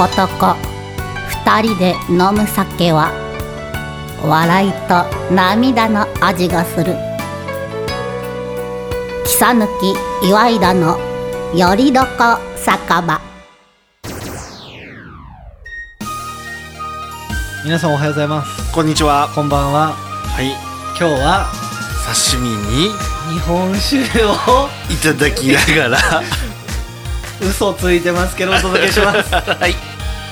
男二人で飲む酒は笑いと涙の味がする。草抜き岩井田のよりどこ酒場。 皆さんおはようございます。 こんにちは。 こんばんは。 はい。 今日は刺身に日本酒をいただきながら嘘ついてますけどお届けしますはい。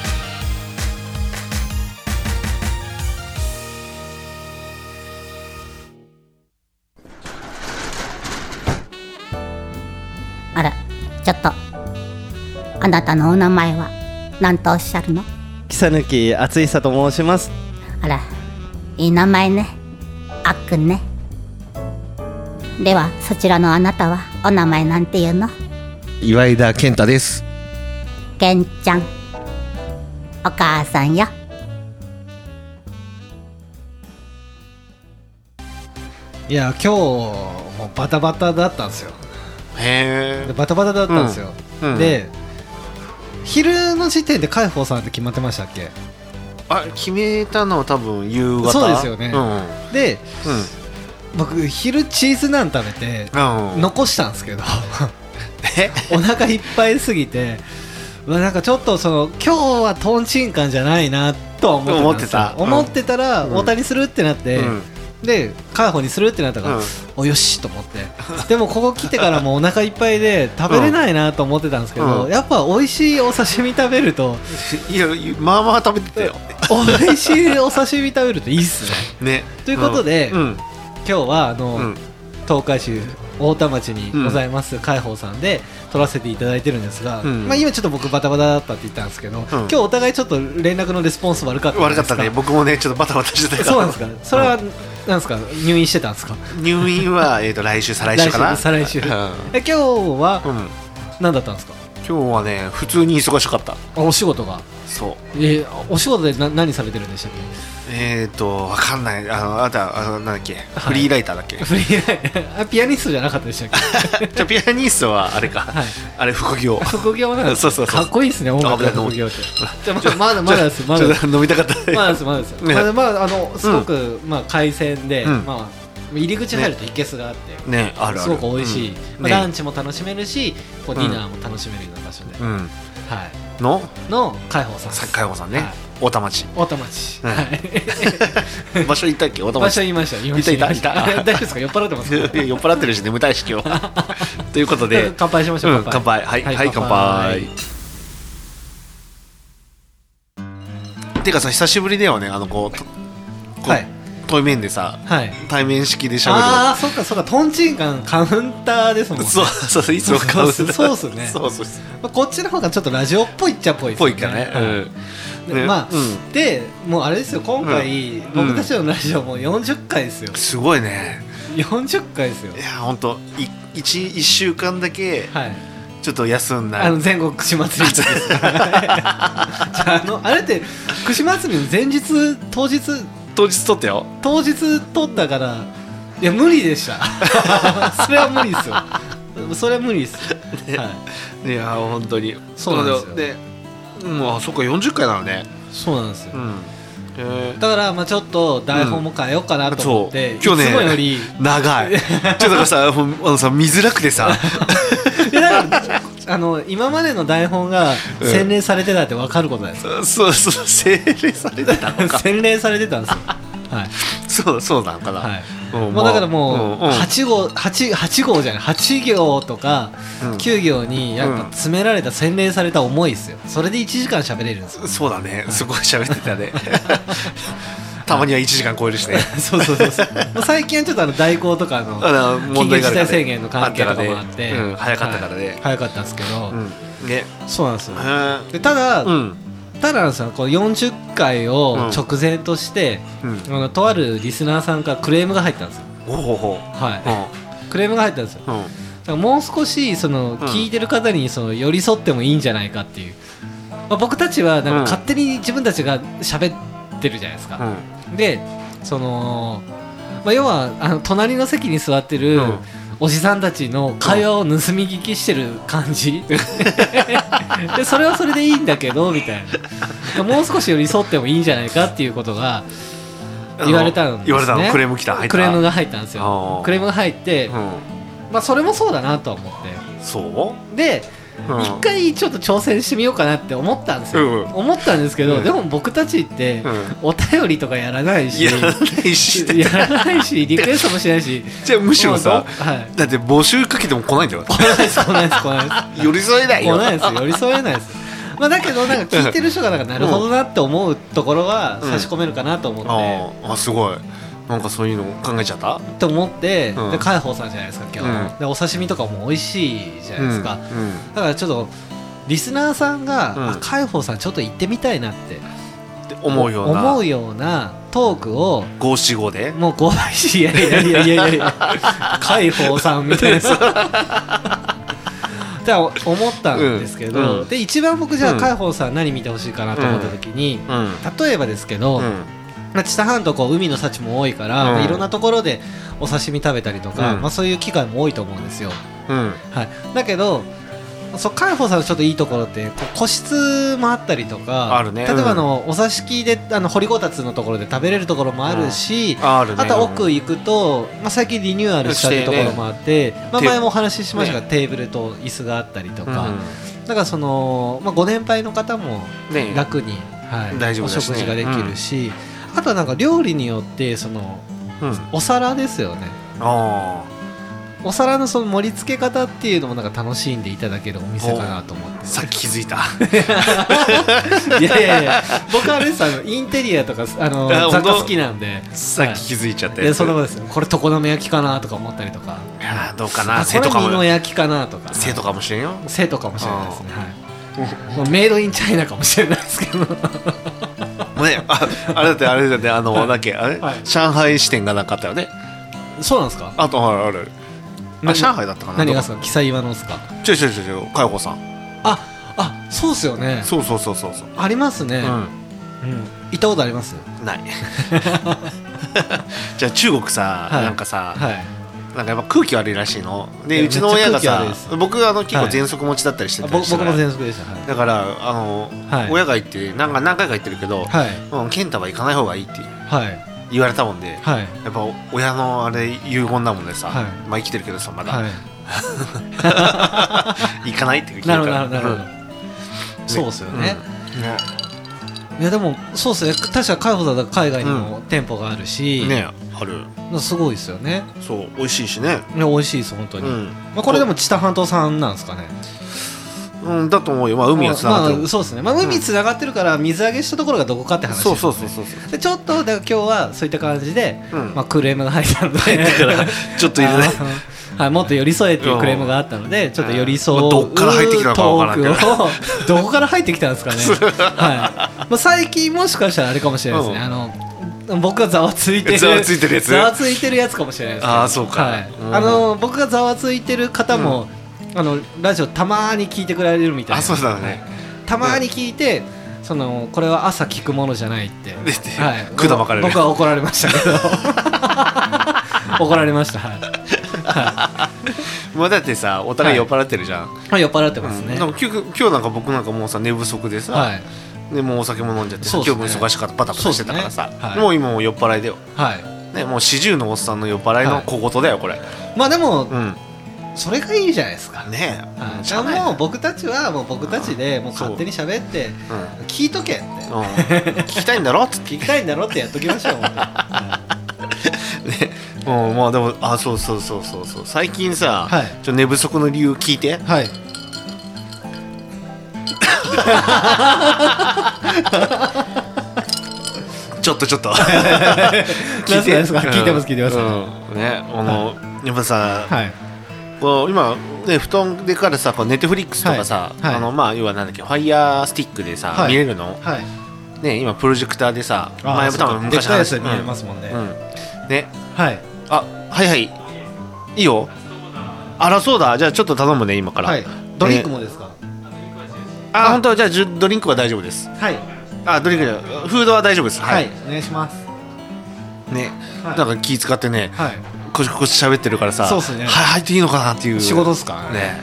あら、ちょっとあなたのお名前は何とおっしゃるの？ 草抜き厚久と申します。 あら、いい名前ね。あっくんね。ではそちらのあなたはお名前なんていうの？ 岩井田健太です。 けんちゃん、お母さんよ。 いや今日もうバタバタだったんですよ。 へバタバタだったんですよ、 うんうん、 で昼の時点で海宝さんって決まってましたっけ？ 決めたのは多分夕方。 そうですよね、 うん、 で、僕昼チーズナン食べて残したんですけどお腹いっぱいすぎてなんかちょっと今日はトンチンカンじゃないなと思ってたたら大谷するってなって、で海宝にするってなったから、およしと思ってでもここ来てからもうお腹いっぱいで食べれないなと思ってたんですけど、やっぱ美味しいお刺身食べるといやまあまあ食べてたよ美味しいお刺身食べるといいっすねということで、今日は東海市太田町にございます海宝さんで撮らせていただいてるんですが、今ちょっと僕バタバタだったって言ったんですけど、今日お互いちょっと連絡のレスポンス悪かったですか？ 悪かったね。僕もねちょっとバタバタしてたから。 そうなんですか。それはなんですか、入院してたんですか？ 入院は来週再来週かな。 再来週。今日は何だったんですか？ 今日はね普通に忙しかった。 お仕事が。 そう。 お仕事で何されてるんでしたっけ？ わかんない。なんだっけ、フリーライターだっけ？ フリーライター。ピアニストじゃなかったでしたっけ？ じゃピアニストはあれか。あれ副業。 副業なんです。 そうかっこいいですね、音楽の副業って。じゃまだです。まだ飲みたかった。 まだです。すごく海鮮で入り口入るといけすがあってね、あるすごく美味しい。ランチも楽しめるし、ディナーも楽しめるような場所で。はい。の海宝さん。 海宝さんね。太田町。 太田町。 場所行ったっけ？太田町。 場所言いました。 いた。 大丈夫ですか？酔っ払ってます？ 酔っ払ってるし眠たいし今日。ということで乾杯しましょう。 乾杯。はい乾杯。てかさ久しぶりだよね対面でさ、対面式で喋る。 ああそうかトンチンカンカウンターですもんね。 そういつもカウンター。 そうっすね。そうこっちの方がちょっとラジオっぽいっちゃっぽいですね。 ぽいかね。 でもうあれですよ、今回僕たちのラジオも40回ですよ。 すごいね。 40回ですよ。 いや本当1週間だけちょっと休んだ全国串祭りです。あれって串祭りの前日当日撮ったよ。 当日撮ったからいや無理でした。それは無理ですよ。それは無理です。 いや本当にそうなんですよ。 でもうそっか40回なのね。 そうなんですよ。だからちょっと台本も変えようかなと思って、 今日ねいつもより長い。ちょっとさ見づらくてさ。 今までの台本が洗練されてたって分かることないですか？ そう洗練されてたのか。 洗練されてたんですよ。 そうなのかな。 もうだからもう8号じゃない8行とか9行にやっぱ詰められた洗練された思いですよ。それで1時間喋れるんですよ。 そうだね。すごい喋ってたね。たまには1時間超えるしね。 そう最近はちょっと代行とか緊急事態宣言の関係とかもあって早かったからね。 早かったんですけど、そうなんですよ。でただなんですよ、この40回を直前としてとあるリスナーさんからクレームが入ったんですよ。クレームが入ったんですよ。だからもう少し聞いてる方に寄り添ってもいいんじゃないかっていう。僕たちはなんか勝手に自分たちが喋ってるじゃないですか。で要は隣の席に座ってるおじさんたちの会話を盗み聞きしてる感じでそれはそれでいいんだけどみたいな、もう少し寄り添ってもいいんじゃないかっていうことが言われたんですね。 言われたの、クレーム来た、 クレームが入ったんですよ。クレームが入って、まあそれもそうだなとは思って、 そうで一回ちょっと挑戦してみようかなって思ったんですよ、思ったんですけど、でも僕たちってお便りとかやらないし、 やらないしリクエストもしないし、 じゃあむしろさ、だって募集かけても来ないんだよ。 来ないです寄り添えないよ。 来ないです、寄り添えないです。まあだけどなんか聞いてる人がなんかなるほどなって思うところは差し込めるかなと思って、 あ、すごい、なんかそういうの考えちゃったと思って、で海宝さんじゃないですか今日、でお刺身とかも美味しいじゃないですか、だからちょっとリスナーさんが、海宝さんちょっと行ってみたいなって思うようなトークを五七五でもう5七いや海宝さんみたいなって思ったんですけど、で一番僕じゃあ海宝さん何見てほしいかなと思った時に、例えばですけど、知多半島こう海の幸も多いから、いろんなところでお刺身食べたりとか、まあ、そういう機会も多いと思うんですよ、はい、だけど海宝さんのちょっといいところって個室もあったりとかある、ね、例えばお座敷で掘りごたつのところで食べれるところもあるし、あと奥行くと、まあ、最近リニューアルしたところもあって、まあ、前もお話ししましたが、テーブルと椅子があったりとか、だからまあ、ご年配の方も楽に、お食事ができるし、あとはなんか料理によってお皿ですよね、お皿のその盛り付け方っていうのもなんか楽しんでいただけるお店かなと思って。 さっき気づいたいや僕はあれですインテリアとか雑貨好きなんで、 さっき気づいちゃって、 でその後ですよ、これ常滑焼きかなとか思ったりとか、 どうかな、 これ美濃焼きかなとか、 生徒かもしれんよ、 生徒かもしれないですね、メイドインチャイナかもしれないですけどね、あれだってなんだっけ、あれ、上海支店がなかったよね。 そうなんですか。 あとあれ上海だったかな。 何がですか、キサイワのですか。 違う海宝さん。 そうっすよね。 そうありますね。行ったことあります？ ないじゃあ中国さ、なんかさ、なんかやっぱ空気悪いらしいので、うちの親がさ、僕結構喘息持ちだったりしてたりして、 僕も喘息でした。 だから親が言って何回か言ってるけど、健太は行かない方がいいって言われたもんで、やっぱ親のあれ遺言だもんでさ、まあ生きてるけどさまだ行かないって聞いたから。なるほど。 そうですよね。いやでもそうですね、確か海宝さん海外にも店舗があるし、ある、すごいですよね。 そう、美味しいしね。 美味しいです本当に。まあこれでも知多半島産なんですかね。 だと思うよ。まあ海はつながってる。 そうですね。まあ海つながってるから水揚げしたところがどこかって話ですね。そうでちょっとだから今日はそういった感じで、まあクレームが入ったので、 ちょっと入れない。 はい、もっと寄り添えっていうクレームがあったので、ちょっと寄り添うどっから入ってきたのかわからんけど、 どこから入ってきたんですかね。はい。まあ最近もしかしたらあれかもしれないですね。僕がざわついてるやつかもしれないです。 ああそうか。 僕がざわついてる方もラジオたまに聞いてくれるみたいな。 あ、そうだね。 たまに聞いて。これは朝聞くものじゃないって、 管巻かれる。 僕は怒られましたけど怒られました。 まあだってさ、お互い酔っ払ってるじゃん。 酔っ払ってますね。 今日なんか僕なんかもうさ寝不足でさ、でもうお酒も飲んじゃって、今日も忙しかった、バタバタしてたからさ、もう今も酔っ払いだよ。ね、もう40のおっさんの酔っ払いの小言だよこれ。 まあでもそれがいいじゃないですかね。 じゃあもう僕たちはもう僕たちでもう勝手に喋って聞いとけって、 聞きたいんだろって聞きたいんだろってやっときましょう。 まあでもそう最近さ、寝不足の理由聞いて。ちょっと聞いてます。聞いてますね。やっぱさ、今ね布団でからさ、ネットフリックスとかさ、まあ要はなんだっけ、ファイヤースティックでさ見れるのね。今プロジェクターでさ、前多分昔話見れますもんね。 ね。はいいいよ。あらそうだ、じゃあちょっと頼むね今から。 ドリンクもですか。 本当。じゃあドリンクは大丈夫です。ドリンクじゃフードは大丈夫です。 お願いしますね。なんか気使ってね、 こちこち喋ってるからさ、 そうっすね、 入っていいのかなっていう仕事っすかね。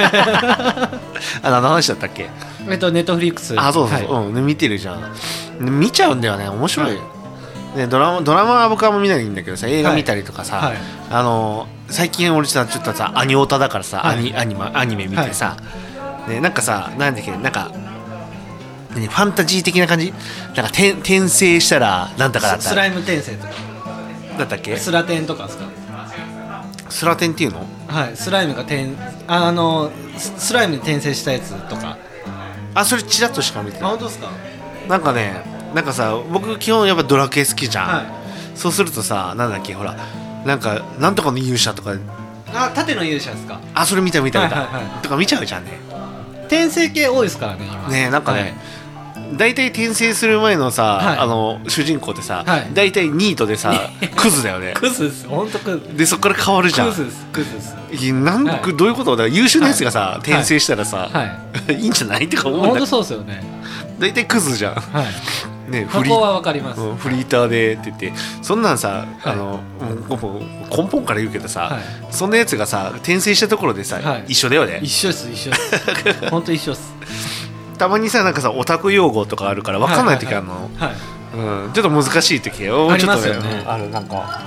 何の話だったっけ？ ネットフリックス。 そうそうそう、見てるじゃん。見ちゃうんだよね、面白い。ね、ドラマは僕はも見ないんだけどさ、映画見たりとかさ、最近俺ちょっとさアニオタだからさ、アニメ見てさ、ね、なんかさ、なんだっけ、なんかファンタジー的な感じ、なんか転生したらなんだかだった。 スライム転生とかだったっけ？ スラテンとかですか？ スラテンっていうの？ はい、スライムがスライムに転生したやつとか。 それチラッとしか見てない。 本当ですか？ なんかね、なんかさ、僕基本やっぱドラクエ好きじゃん、そうするとさ、なんだっけ、ほら、なんかなんとかの勇者とか、 盾の勇者ですか？ それ見たとか見ちゃうじゃんね。 転生系多いですからね今ね。なんかね、大体転生する前のさ、主人公ってさ、大体ニートでさクズだよね。 クズです、本当クズで、そこから変わるじゃん。 クズです。 どういうことだ、優秀なやつがさ転生したらさ、いいんじゃないってか思うんだ。 本当そうですよね。 大体クズじゃん。ね、 ここはわかります。 フリーターでって言って、そんなんさ、根本から言うけどさ、そんなやつがさ転生したところでさ、一緒だよね。 一緒です本当一緒です。 たまにさ、なんかさオタク用語とかあるから分かんない時あるの。ちょっと難しい時ありますよね。 なんか、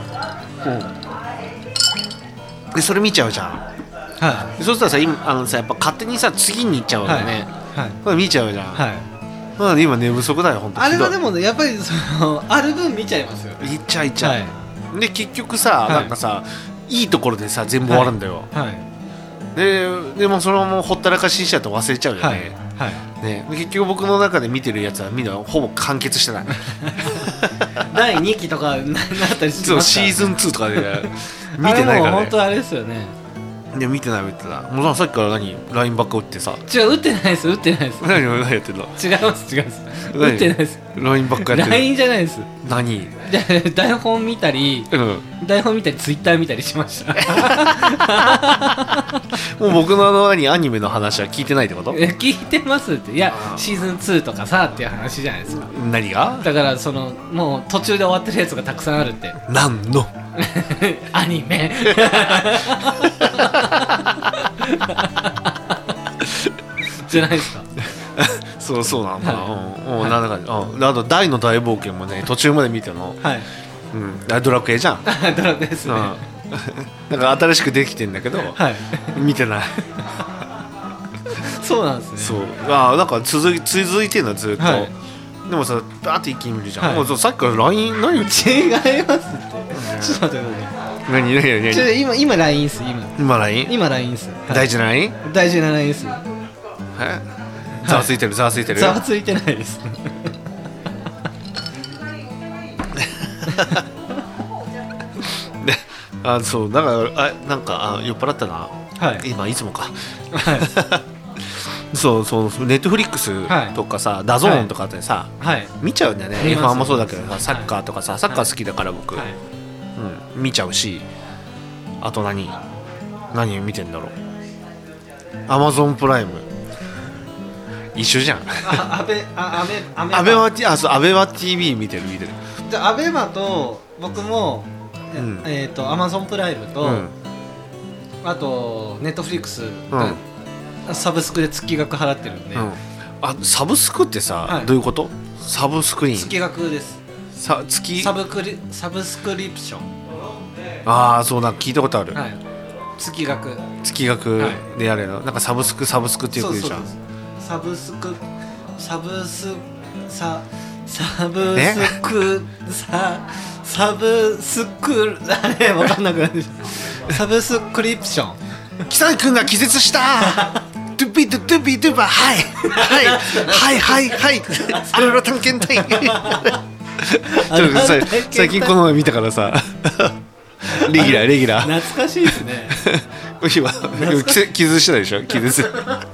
でそれ見ちゃうじゃん。そうしたらさ、今やっぱ勝手にさ次に行っちゃうよね。見ちゃうじゃん。今寝不足だよ本当。 あれはでもやっぱりある分見ちゃいますよね。 いっちゃう。で結局さ、なんかさ、いいところでさ全部終わるんだよ。でもそのままほったらかしにしちゃうと忘れちゃうよね。ね、結局僕の中で見てるやつはみんなほぼ完結してない。 第2期とかなったりしてますか？ シーズン2とかで見てないからね。 本当あれですよね。 いや見てない。もうさっきからLINE ばっか打ってさ。 打ってないです。 何やってんの？ 違います。打ってないです。 LINE ばっかやってる。 LINE じゃないです。 何？ 台本見たり、Twitter 見たりしました。 もう僕のアニメの話は聞いてないってこと？ 聞いてますって。いや、シーズン2とかさっていう話じゃないですか。 何が？ だからもう途中で終わってるやつがたくさんあるって。 何の？ アニメ。じゃないですか。 そうなんだな。なんか大の大冒険もね途中まで見ての。ドラクエじゃん。 ドラクエですね。 なんか新しくできてんだけど、見てない。 そうなんですね。 そう。なんか続いてんのずっと。でもさ、バーって一気に見るじゃん。もうさっきから LINE 何？違いますって。ちょっと待ってください。何？今 LINE っす。 今 LINE？ 今 LINE っす。 大事な LINE？ 大事な LINE っす。 ざわついてる。 ざわついてないです。 で、そうだからなんか酔っ払ったな。今いつもか。そうネットフリックスとかさ、ダゾーンとかってさ、見ちゃうんだよね。F1 もそうだけどさ、サッカーとかさ、サッカー好きだから僕、見ちゃうし、あと何見てんだろう。Amazon プライム一緒じゃん。 アベマ TV 見てる。 じゃあアベマと僕もAmazon プライムと、あとネットフリックスサブスクで月額払ってるんで。 サブスクってさ、どういうこと？サブスクリーン？ 月額です。サブスクリプション。 そうなんか聞いたことある。 月額でやれるの。なんかサブスクってよく言うじゃん。 サブスクあれ分かんなくなる。サブスクリプション。 北井君が気絶した。トゥピトゥピトゥパはいアルロ探検隊。最近この前見たからさ。レギュラー懐かしいですね。 気絶したでしょ。気絶。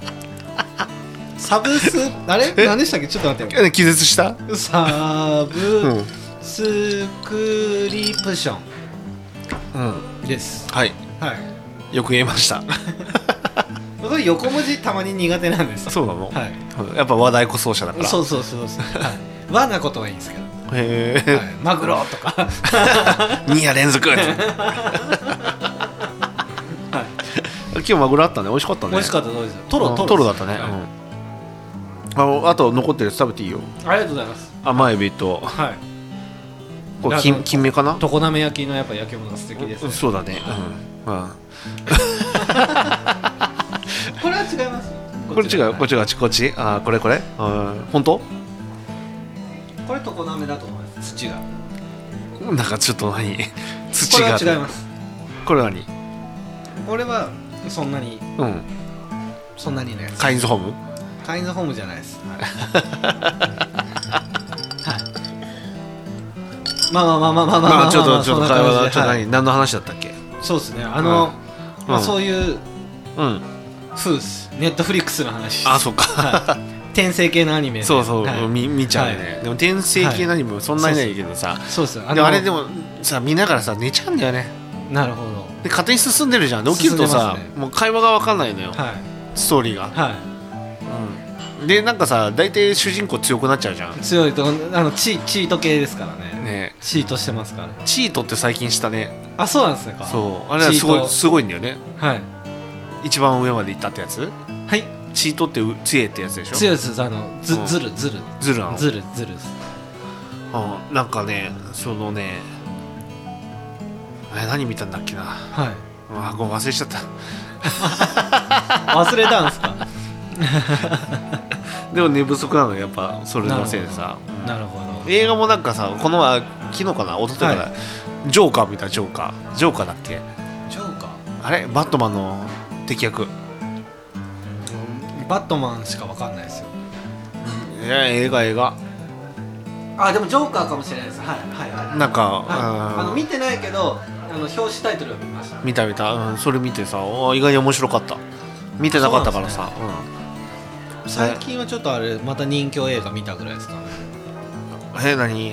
サブス何でしたっけ？ちょっと待って。 気絶した。 サブスクリプションです。 よく言えました。 僕横文字たまに苦手なんです。 そうなの？やっぱ和太鼓奏者だから。 そう。 和なことはいいんですけど。 へえ、 はい、マグロとか 2夜連続、はい、今日マグロあったね、美味しかったね。 美味しかった、どうです。トロだったね、 はい、あと残ってるやつ食べていいよ。 ありがとうございます。 甘エビと、はい、これ金目かな、 常滑焼きのやっぱ焼き物が素敵ですね。 そうだね、 これは違います。 これ違う、こっち、あ、これ本当？ これ常滑だと思います。土がなんかちょっと土がこれは違います。 これ何？ これはそんなにそんなにね。 カインズホームじゃないです。はい、まあちょっと会話がちょっと何の話だったっけ？ そうですね、そういうそうです。ネットフリックスの話。 あ、そうか。 転生系のアニメ。 そう、見ちゃうね。でも転生系のアニメもそんなにないけどさ。 そうです。 でもあれでもさ、見ながらさ寝ちゃうんだよね。 なるほど。 で勝手に進んでるじゃん。で起きるとさ、もう会話が分かんないのよ。ストーリーが。でなんかさ、大体主人公強くなっちゃうじゃん。 強いとチート系ですからね。チートしてますから。 チートって最近したね。 あ、そうなんですね。 そう、あれはすごいんだよね。はい。一番上まで行ったってやつ。はい。チートって強いってやつでしょ。 強いです。ズルなの。ズルです。なんかね、そのね、何見たんだっけな。はい。ごめん、忘れちゃった。 忘れたんですか。 でも寝不足なのよ、やっぱそれのせいでさ。 なるほど。 映画もなんかさ、この前昨日かな、一昨日からジョーカー見た。ジョーカーだっけ？ ジョーカー？ あれ、バットマンの敵役。 バットマンしかわかんないですよ。 映画。 あ、でもジョーカーかもしれないです。はい。 なんか、 見てないけど、表紙タイトルは見ました。 見た。それ見てさ、意外に面白かった。見てなかったからさ。 最近はちょっとあれ、また人気映画見たぐらいですかね。 何？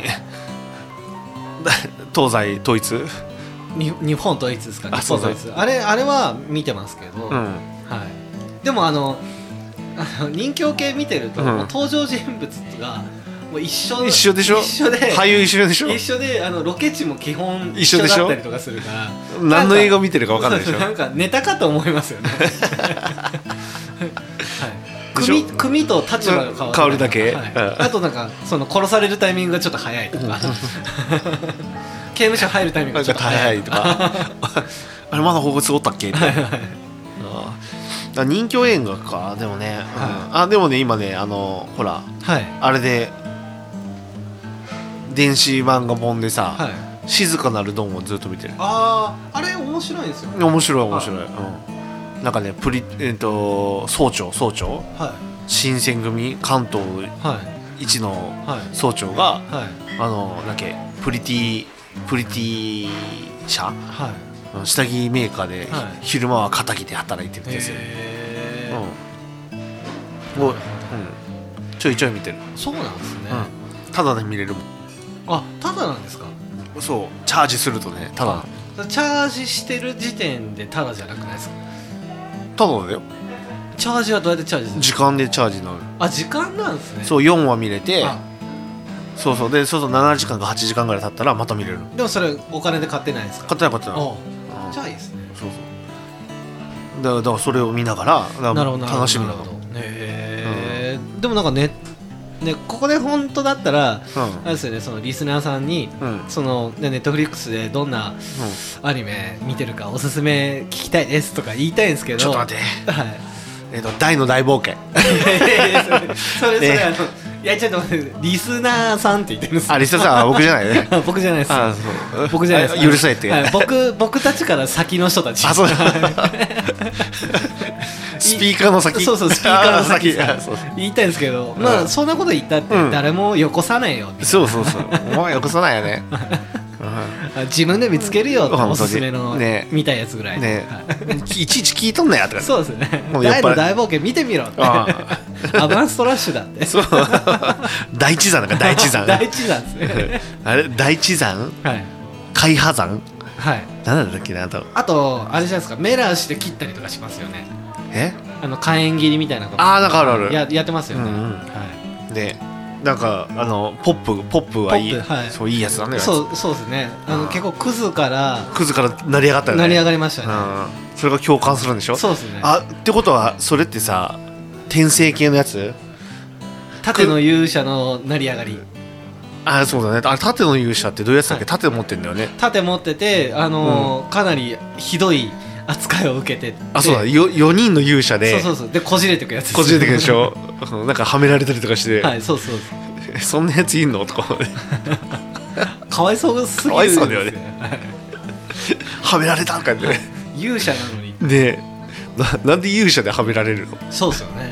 東西統一？ 日本統一ですかね。日本統一。あれは見てますけど、はい。でも人気系見てると、登場人物がもう一緒でしょ。 俳優一緒でしょ。 一緒でロケ地も基本一緒だったりとかするから、 何の映画見てるか分かんないでしょ。 なんかネタかと思いますよね。組と立場が変わるだけ。 あとなんかその殺されるタイミングがちょっと早いとか、刑務所入るタイミングがちょっと早いとか、 あれまだ法律おったっけ？人気映画か。でもね、でもね、今ね、ほら、あれで電子漫画本でさ、静かなるドンをずっと見てる。 あれ面白いんですよね。 面白い。なんかね、総長、新選組関東一の総長が、なんかプリティ社、下着メーカーで、昼間は肩着で働いてるんですよ。ちょいちょい見てる。 そうなんですね。 ただで見れるもん。 あ、ただなんですか。 そう、チャージするとね、ただ。 チャージしてる時点でただじゃなくないですか。 ただだよ。 チャージはどうやってチャージする？ 時間でチャージになる。 あ、時間なんですね。 そう、4話見れて、そうで7時間か8時間ぐらい経ったらまた見れる。 でもそれお金で買ってないですか？ 買ってない。 じゃあいいですね。 だからそれを見ながら楽しみなの。 でもなんかね、ここで本当だったら、あれですよね、そのリスナーさんに、そのネットフリックスでどんなアニメ見てるかおすすめ聞きたいですとか言いたいんですけど、 ちょっと待って、大の大冒険。 それいや、ちょっと待って、リスナーさんって言ってるんです。 リスナーさんは僕じゃないね。 僕じゃないです。僕じゃないです。 許されて。 僕たちから先の人たち。 スピーカーの先。 そう、スピーカーの先。言いたいんですけど、まあそんなこと言ったって誰もよこさないよ。 そう。もうよこさないよね。 自分で見つけるよっておすすめの見たいやつぐらいね。 いちいち聞いとんなやとか。 そうですね。大の大冒険見てみろって。アバンストラッシュだって。そう。 大地山大地山ですね。 あれ大地山？海波山？はい。なんだっけなと。 あとあれじゃないですか、メラーして切ったりとかしますよね。火炎切りみたいなこと。 なんかある。 やってますよね。 でなんかポップはいい、はい、そういいやつだね。 そうですね。結構クズから成り上がったよね。 成り上がりましたね。 それが共感するんでしょ。 そうですね。 ってことはそれってさ、転生系のやつ、 盾の勇者の成り上がり。 そうだね。盾の勇者ってどういうやつだっけ。盾持ってんだよね。 盾持っててかなりひどい扱いを受けて、 そうだ、4人の勇者で、 そうでこじれてくやつです。 こじれてくでしょなんかはめられたりとかして、 はい、そうそんなやついんのとかかわいそうすぎる。 かわいそうだよねはめられたんかって勇者なのにで、なんで勇者ではめられるの。 そうですよね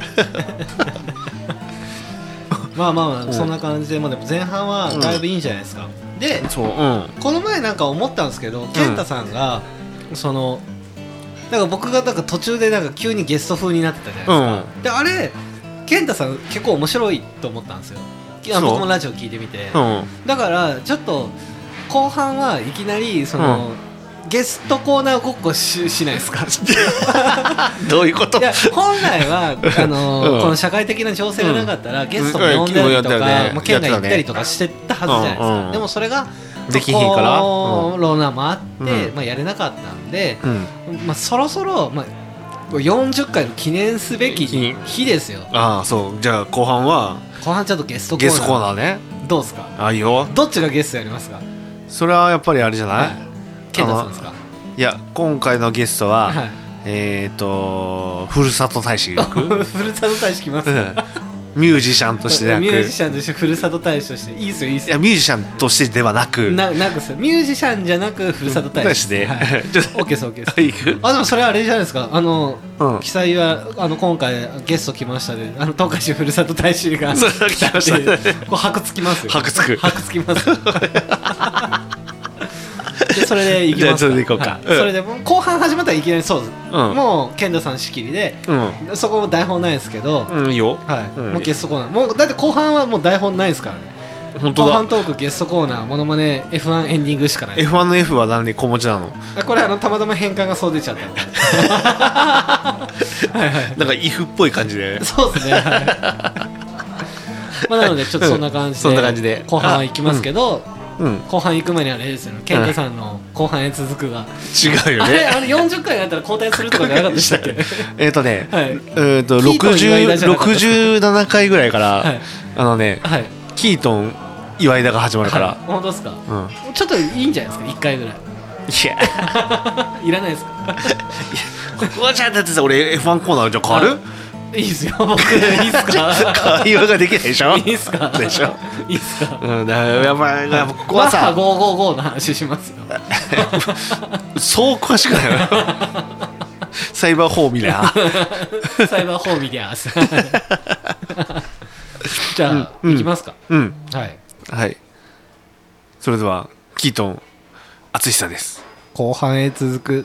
まあそんな感じで、でも前半はだいぶいいんじゃないですか。で、この前なんか思ったんですけど、健太さんがなんか僕がなんか途中でなんか急にゲスト風になってたじゃないですか。であれ健太さん結構面白いと思ったんですよ。僕もラジオ聞いてみて、だからちょっと後半はいきなりゲストコーナーごっこ しないですかどういうこと。 いや本来はこの社会的な情勢がなかったら、ゲストも呼んだりとか、県外行ったりとかしてたはずじゃないですか。でもそれができひんからコロナもあって、やれなかったんで、そろそろ、40回の記念すべき日ですよ。 そう。じゃあ後半ちょっとゲストコーナー。 ゲストコーナーね。 どうですか。 いいよ。 どっちがゲストやりますか。 それはやっぱりあれじゃない。 健太さんですか。 いや、今回のゲストはふるさと大使ふるさと大使来ます。 ミュージシャンとしてではなく、 ミュージシャンとしてふるさと大使として、いいですよいいですよ。 いや、ミュージシャンとしてではなく、 ミュージシャンじゃなくふるさと大使で、オッケーですオッケーです。でもそれはあれじゃないですか。記載は今回ゲスト来ましたで、東海市ふるさと大使が来たんで、こう箔つきますよ。 箔つきます。 でそれでいきますか。 それでいこうか。 それで後半始まったらいきなりそうです。もう健太さん仕切りで、そこも台本ないですけど、 いいよ。 もうゲストコーナー、もうだって後半はもう台本ないですからね。 本当だ。 後半トーク、ゲストコーナー、モノマネ、F1 エンディングしかない。 F1 の F は何で小文字なの。 これたまたま変換がそう出ちゃったの。なんか if っぽい感じで。 そうですね。なのでちょっとそんな感じで後半はいきますけど、後半行く前にあれですよね。健太さんの後半へ続くが違うよね。 40回になったら交代するとかじゃなかったでしたっけ。 67回ぐらいからキートン岩井田が始まるから。 本当ですか。ちょっといいんじゃないですか、1回ぐらい。いらないですか。 ここはじゃあだってさ、俺 F1 コーナーじゃ変わる。 いいっすよ、僕。いいっすか。 会話ができないでしょ。 いいっすか。 でしょ。 いいっすか。 やっぱここはさ、 555の話しますよ。 そう詳しくないよ。サイバーホーミリャー。 サイバーホーミリャー。じゃあ行きますか。はい。 それではキートン淳久です。 後半へ続く。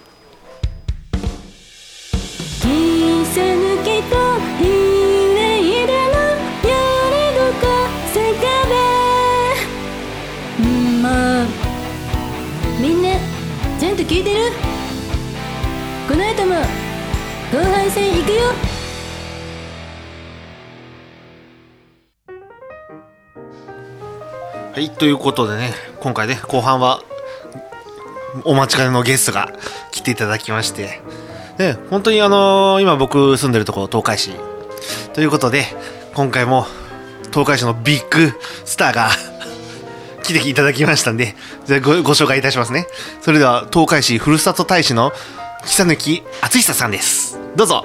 みんなちゃんと聞いてる？この後も後半戦行くよ。 はい、ということでね、今回ね後半はお待ちかねのゲストが来ていただきまして、ね、本当に今僕住んでるところ東海市ということで、今回も東海市のビッグスターが来ていただきましたんで、じゃあ ご紹介いたしますね。それでは東海市ふるさと大使の久貫淳久さんです。どうぞ。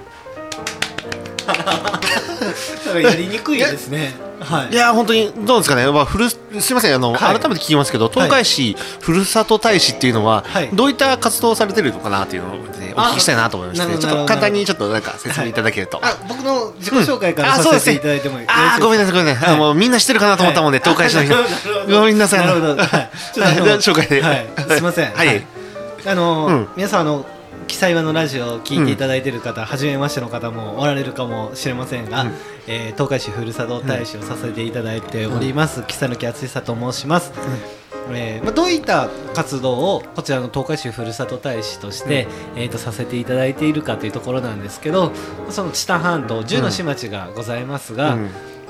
やりにくいですね。 いや本当にどうですかね。すいません、改めて聞きますけど、東海市ふるさと大使っていうのはどういった活動をされてるのかなっていうのを、ね、お聞きしたいなと思いまして、ちょっと簡単にちょっとなんか説明いただけると。 僕の自己紹介からさせていただいてもいいですか。 ごめんなさい、もうみんな知ってるかなと思ったもんで、東海市の人。ごめんなさい。紹介で。 すいません。皆さん記載のラジオを聞いていただいている方、初めましての方もおられるかもしれませんが、東海市ふるさと大使をさせていただいております、久貫淳久と申します。どういった活動をこちらの東海市ふるさと大使として、させていただいているかというところなんですけど、その知多半島10の市町がございますが、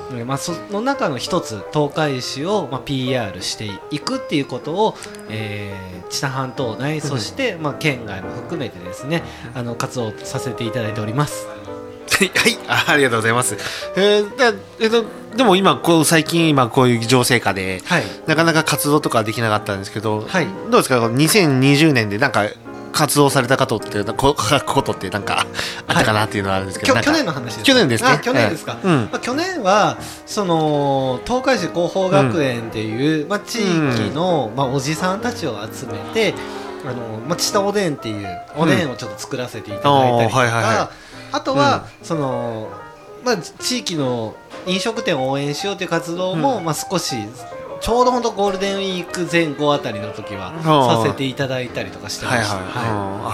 その中の一つ東海市をPR していくっていうことを、知多半島内そして、県外も含めてですね活動させていただいております。 はい、ありがとうございます。でも今最近こういう情勢下で、なかなか活動とかできなかったんですけど、どうですか2020年でなんか活動されたことってなんかあったかなっていうのはあるんですけど、 去年の話ですか？ 去年ですね。 去年ですか。去年はその東海市広報学園っていう、地域の、おじさんたちを集めて知多おでんっていうおでんをちょっと作らせていただいたりとか、あとはその地域の飲食店を応援しようという活動も、少しちょうど本当ゴールデンウィーク前後あたりの時はさせていただいたりとかしてました。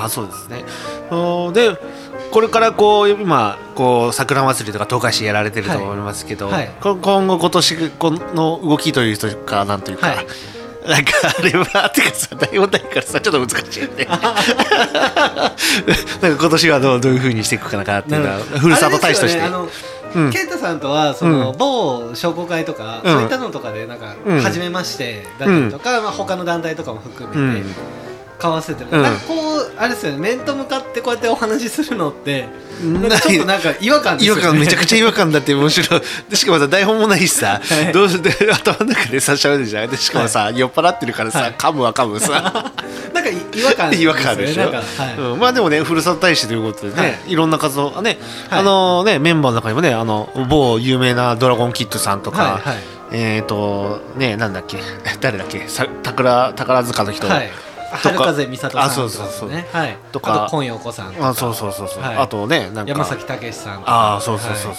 そうですね。でこれから今桜祭りとか東海市やられてると思いますけど、今年の動きというかなんというか、なんかあれはてかさ台本ないからさちょっと難しいよね。なんか今年はどういう風にしていくかなっていうのはふるさと大使として。 ケンタさんとはその某商工会とかそういったのとかでなんか初めましてだったりとか他の団体とかも含めて交わせてる。なんかあれですよね、面と向かってこうやってお話しするのってちょっとなんか違和感ですよね。 めちゃくちゃ違和感だってむしろしかもさ台本もないしさどうして頭の中でさしゃべるじゃん。でしかもさ酔っ払ってるからさ噛むは噛むさなんか違和感違和感あるでしょ。まあでもねふるさと大使ということでねいろんな活動ねメンバーの中にもね某有名なドラゴンキッドさんとかなんだっけ誰だっけ宝塚の人春風美里さんとかね、とか今陽子さんとか、 あとねなんか山崎武さんとか、 そう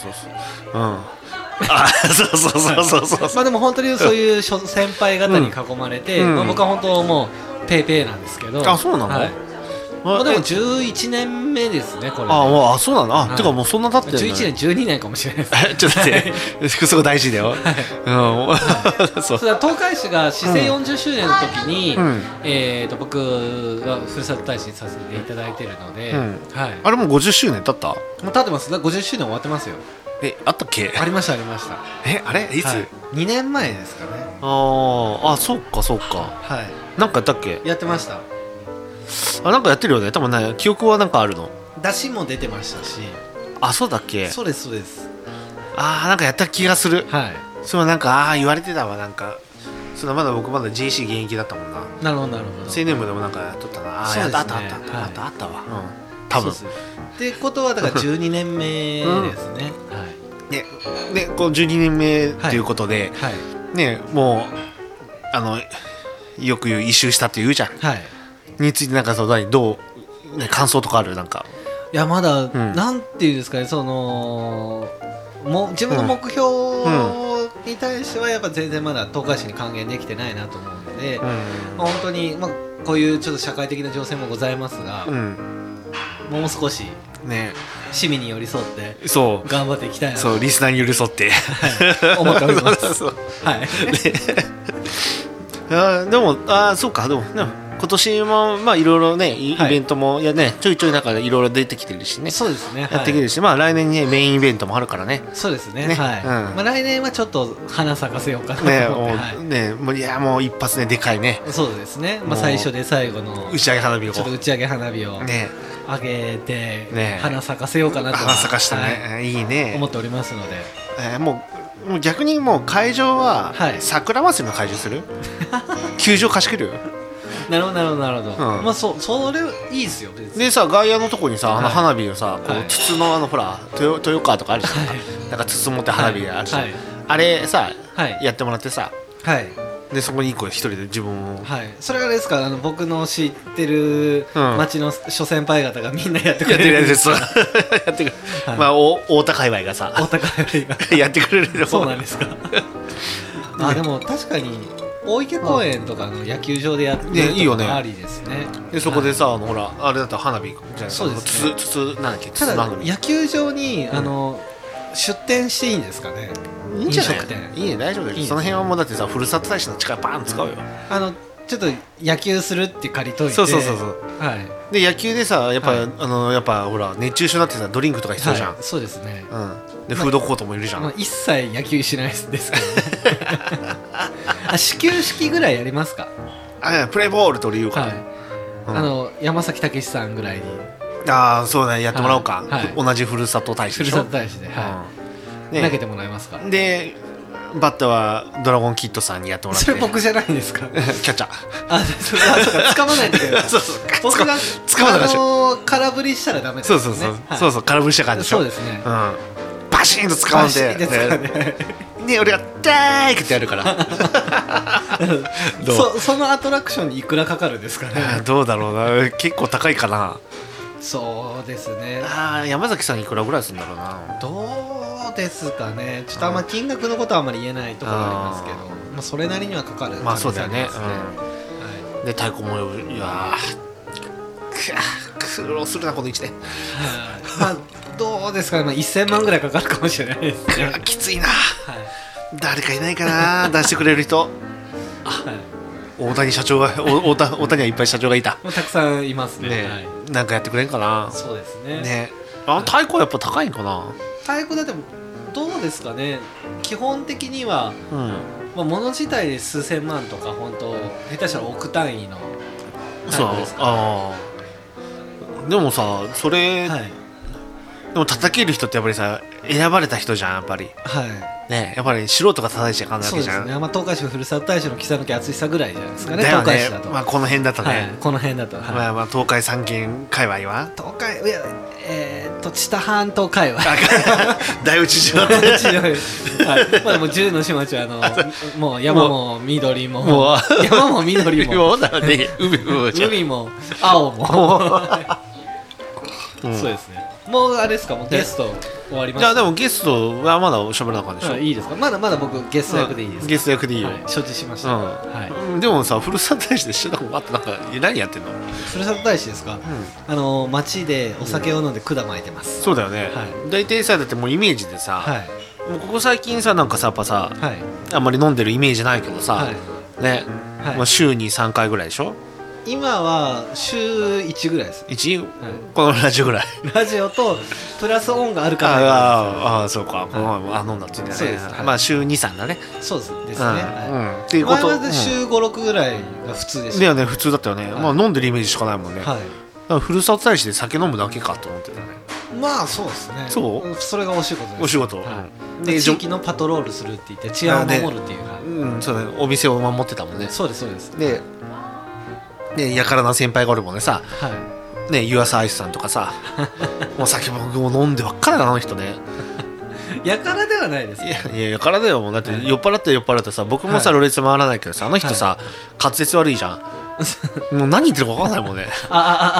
でも本当にそういう先輩方に囲まれて、僕は本当もうペーペーなんですけど、 そうなの？ でも11年目ですねこれ。 そうなの。てかもうそんな経ってるね。 11年12年かもしれないです。 ちょっと待ってそこ大事だよ。 そう東海市が市政40周年の時に僕がふるさと大使にさせていただいてるので、 あれもう50周年経った？もう経ってます。50周年終わってますよ。 あったっけ？ ありました。 あれいつ ？2年前ですかね。 そうか。なんかやったっけ？ やってました。 なんかやってるよね。多分ね記憶はなんかあるの。 出汁も出てましたし。 そうだっけ？ そうです。 なんかやった気がする。それなんか言われてたわ。なんか僕まだ JC 現役だったもんな。 なるほど。 青年部でもなんかやっとったな。あったわ。多分。 ってことはだから12年目ですね。 ねこの12年目ということでねもうよく言う一周したって言うじゃん。についてなんかどう感想とかある？なんかいやまだなんていうんですかね、その自分の目標に対してはやっぱ全然まだ東海市に還元できてないなと思うので、本当にこういうちょっと社会的な情勢もございますが、もう少し市民に寄り添って頑張っていきたいなと。 リスナーに寄り添って思っております。 でもそうか。でも今年もいろいろねイベントもちょいちょいなんかいろいろ出てきてるしね。 そうですね。 やってきてるし、来年にメインイベントもあるからね。 そうですね。来年はちょっと花咲かせようかなと思って。 いやもう一発ででかいね。 そうですね。最初で最後の打ち上げ花火をちょっと打ち上げ花火を上げて花咲かせようかなと花咲かしてねいいね思っておりますので。 もう逆にもう会場は桜祭りの会場する？球場貸し切る？ なるほど。それいいですよ。 でさ外野のとこにさ花火をさ筒のほら豊川とかあるじゃん。なんか筒持って花火があるじゃん。あれさやってもらってさ。でそこに一人で自分をそれがですか僕の知ってる町の諸先輩方がみんなやってくれるやってくれる。太田界隈がさやってくれる。 そうなんですか。でも確かに大池公園とかの野球場でやってるのもありですね。 でそこでさほらあれだったら花火じゃそうですね。 筒なんだっけ？ ただ野球場に出店していいんですかね？ いいんじゃない？いいね大丈夫です。その辺はもうだってさふるさと大使の力バーン使うよ。 ちょっと野球するって借りといて、 そう、 はい、 で野球でさやっぱ、 はい、 やっぱほら熱中症になってさドリンクとか必要じゃん、 はい、そうですね、 でフードコートもいるじゃん、 一切野球しないですけど、ね、始球式ぐらいやりますか。 プレーボールと言うから、 はい、山崎武さんぐらいに、 そうだね、やってもらおうか、 はい、 同じふるさと大使でしょ、 ふるさと大使で、はい、投げてもらえますか。 でバッターはドラゴンキッドさんにやってもらって。 それ僕じゃないんですか。キャッチャー。 そうか、掴まないといけない。そう僕が空振りしたらダメですね。 そう空振りした感じでしょ。 そうですね。 バシーンと掴まんでね、俺がダーイってやるからそのアトラクションにいくらかかるんですかね。 どうだろうな、結構高いかな。 そうですね。 山崎さんいくらぐらいするんだろうな。 どうですかね。ちょっとあんま金額のことはあんまり言えないところがありますけど、それなりにはかかる。 まあそうだよね。で太鼓もいや苦労するなこの1年。 まあどうですかね。1000万ぐらいかかるかもしれないですね。 きついな。誰かいないかな、出してくれる人。大谷社長が大谷はいっぱい社長がいた。 たくさんいますね。 なんかやってくれんかな。 そうですね。 太鼓はやっぱ高いんかな。 太鼓だってどうですかね。基本的には、物自体で数千万とか本当下手したら億単位の太鼓ですから。 でもさそれ、でも叩ける人ってやっぱりさ選ばれた人じゃんやっぱり。ね、やっぱり素人が叩いちゃいかんわけじゃん。 そうですね。東海市のふるさと大使の木佐敦さぐらいじゃないですかね。 東海市だと。 この辺だとね。 この辺だと。 東海三県界隈は。 東海いや知多半島界隈。 大内島。 でも10の市町はもう山も緑も山も緑も海も青も。そうですね。もうあれですか、もうゲスト終わりました。 じゃあでもゲストはまだ喋らなかったでしょ。 いいですか。まだ僕ゲスト役でいいですか。 ゲスト役でいいよ。 承知しました。 でもさふるさと大使でしてたことあってなんか何やってんの。 ふるさと大使ですか。町でお酒を飲んで管巻いてます。 そうだよね。大体さだってもうイメージでさ、もうここ最近さなんかさやっぱさあんまり飲んでるイメージないけどさね、週に3回ぐらいでしょ。今は週1ぐらいです。 1？このラジオぐらい。 ラジオとプラスオンがあるから。 そうか。飲んだって言うんだね。まあ週2、3だね。 そうですね。 っていうこと。 前は週5、6ぐらいが普通でした。 だよね、普通だったよね。まあ飲んでるイメージしかないもんね。ふるさと大使で酒飲むだけかと思ってたね。 まあそうですね。それがお仕事です。 お仕事。 で地域のパトロールするって言って治安を守るっていう。 そうね。お店を守ってたもんね。 そうですそうです。 でやからな先輩がおるもんねさ、ね湯浅アイスさんとかさ、もう酒僕も飲んでばっかりだなあの人ね。 やからではないです。 いややからだよ。もうだって酔っ払ってさ、僕もさろれつ回らないけどさ、あの人さ滑舌悪いじゃん。もう何言ってるか分かんないもんね。そう。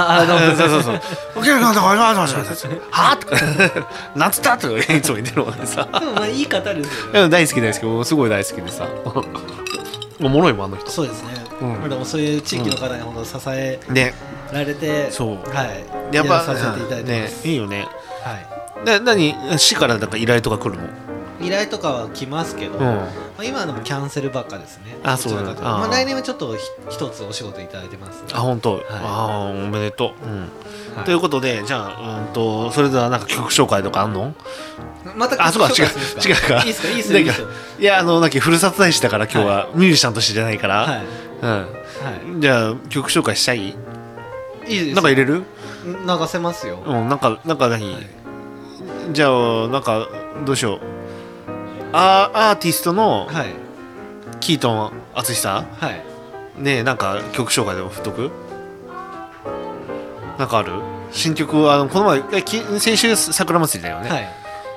はとかなんつったとかいつも言ってるもんねさ。 でもいい方ですよね。 大好きすごい大好きでさ。おもろいもんあの人。 そうですね。でもそういう地域の方に本当支えられて、 やっぱさせていただいてます。 いいよね。何市からなんか依頼とか来るの？ 依頼とかは来ますけど、今はでもキャンセルばっかですね。 そうだ。 来年はちょっと一つお仕事いただいてます。 本当。おめでとう。ということでじゃあそれではなんか曲紹介とかあんの？ またそうか違うか。 いいですか。 いやなんかふるさと大使だから今日はミュージシャンとしてじゃないから。じゃあ曲紹介したい？いいです。 なんか入れる？ 流せますよ。 なんか何？じゃあなんかどうしよう。アーティストのキートン淳さんね、なんか曲紹介でも振っとく？なんかある？新曲この前先週桜祭りだよね。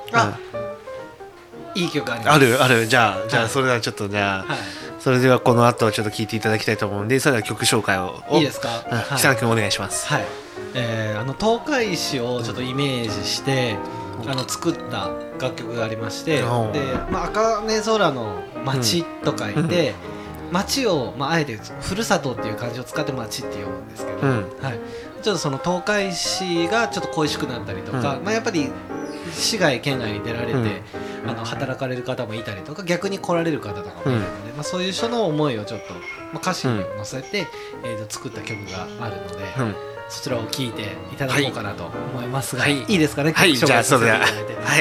いい曲あります。 ある。じゃあそれではちょっとそれではこの後ちょっと聴いていただきたいと思うんで、それでは曲紹介をいいですか。 久野君お願いします。 東海市をちょっとイメージして作った楽曲がありまして、で赤根空の町と書いて、町をあえてふるさとっていう漢字を使って町って呼ぶんですけど、ちょっとその東海市がちょっと恋しくなったりとか、やっぱり市外県外に出られて、働かれる方もいたりとか逆に来られる方とかもいるので、そういう人の思いをちょっと歌詞に乗せて、作った曲があるので、そちらを聴いていただこうかなと思いますが、いいですかね。 はい、じゃあそれでは、はい、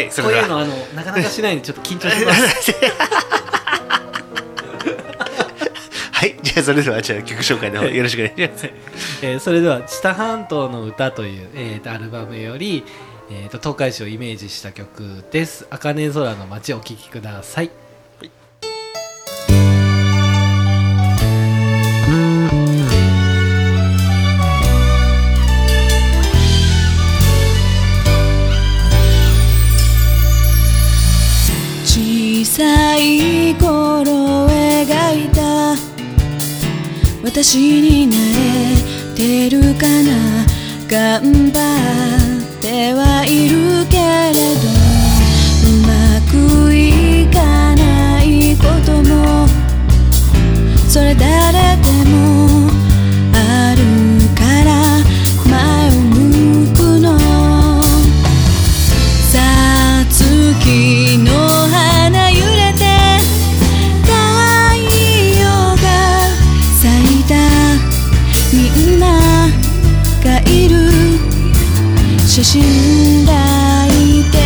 こういうのなかなかしないんでちょっと緊張しますはい、じゃあそれでは曲紹介の方よろしくお願いします。 それでは「知多半島の歌」という、アルバムより、東海市をイメージした曲です。茜空の街をお聴きください。 小さい頃描いた私になれてるかな。頑張ってはいるけれどうまくいかないこともそれ誰でもあるから前を向くの。さあ月の花揺れて太陽が咲いたみんながいる写真抱いて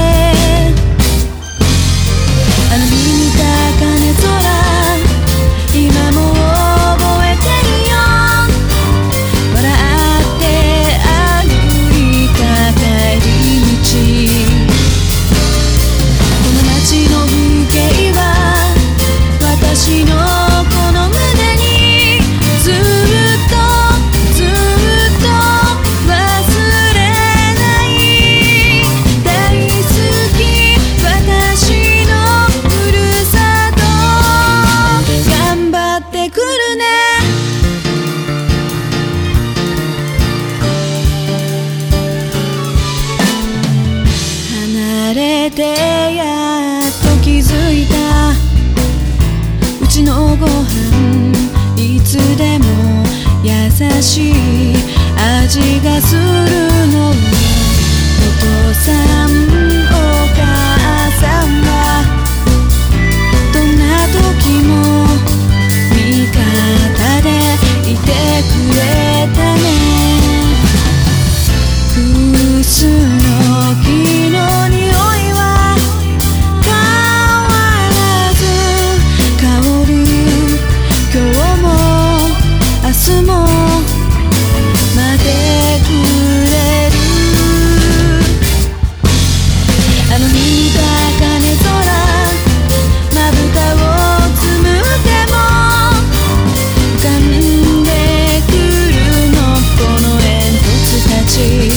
見た金空今も覚えてるよ。笑って歩いた帰り道この街の風景は私のこの胸にずっとずっと忘れない大好き私のふるさと頑張ってくるね。離れてやっと気づいたうちのご飯いつでも優しい味がするの。お父さんお母さんはどんな時も味方でいてくれたね。クスの木の匂いは変わらず香る。今日も明日も待ってくれる。見た金空まぶたをつむっても浮かんでくるのこの煙突たち。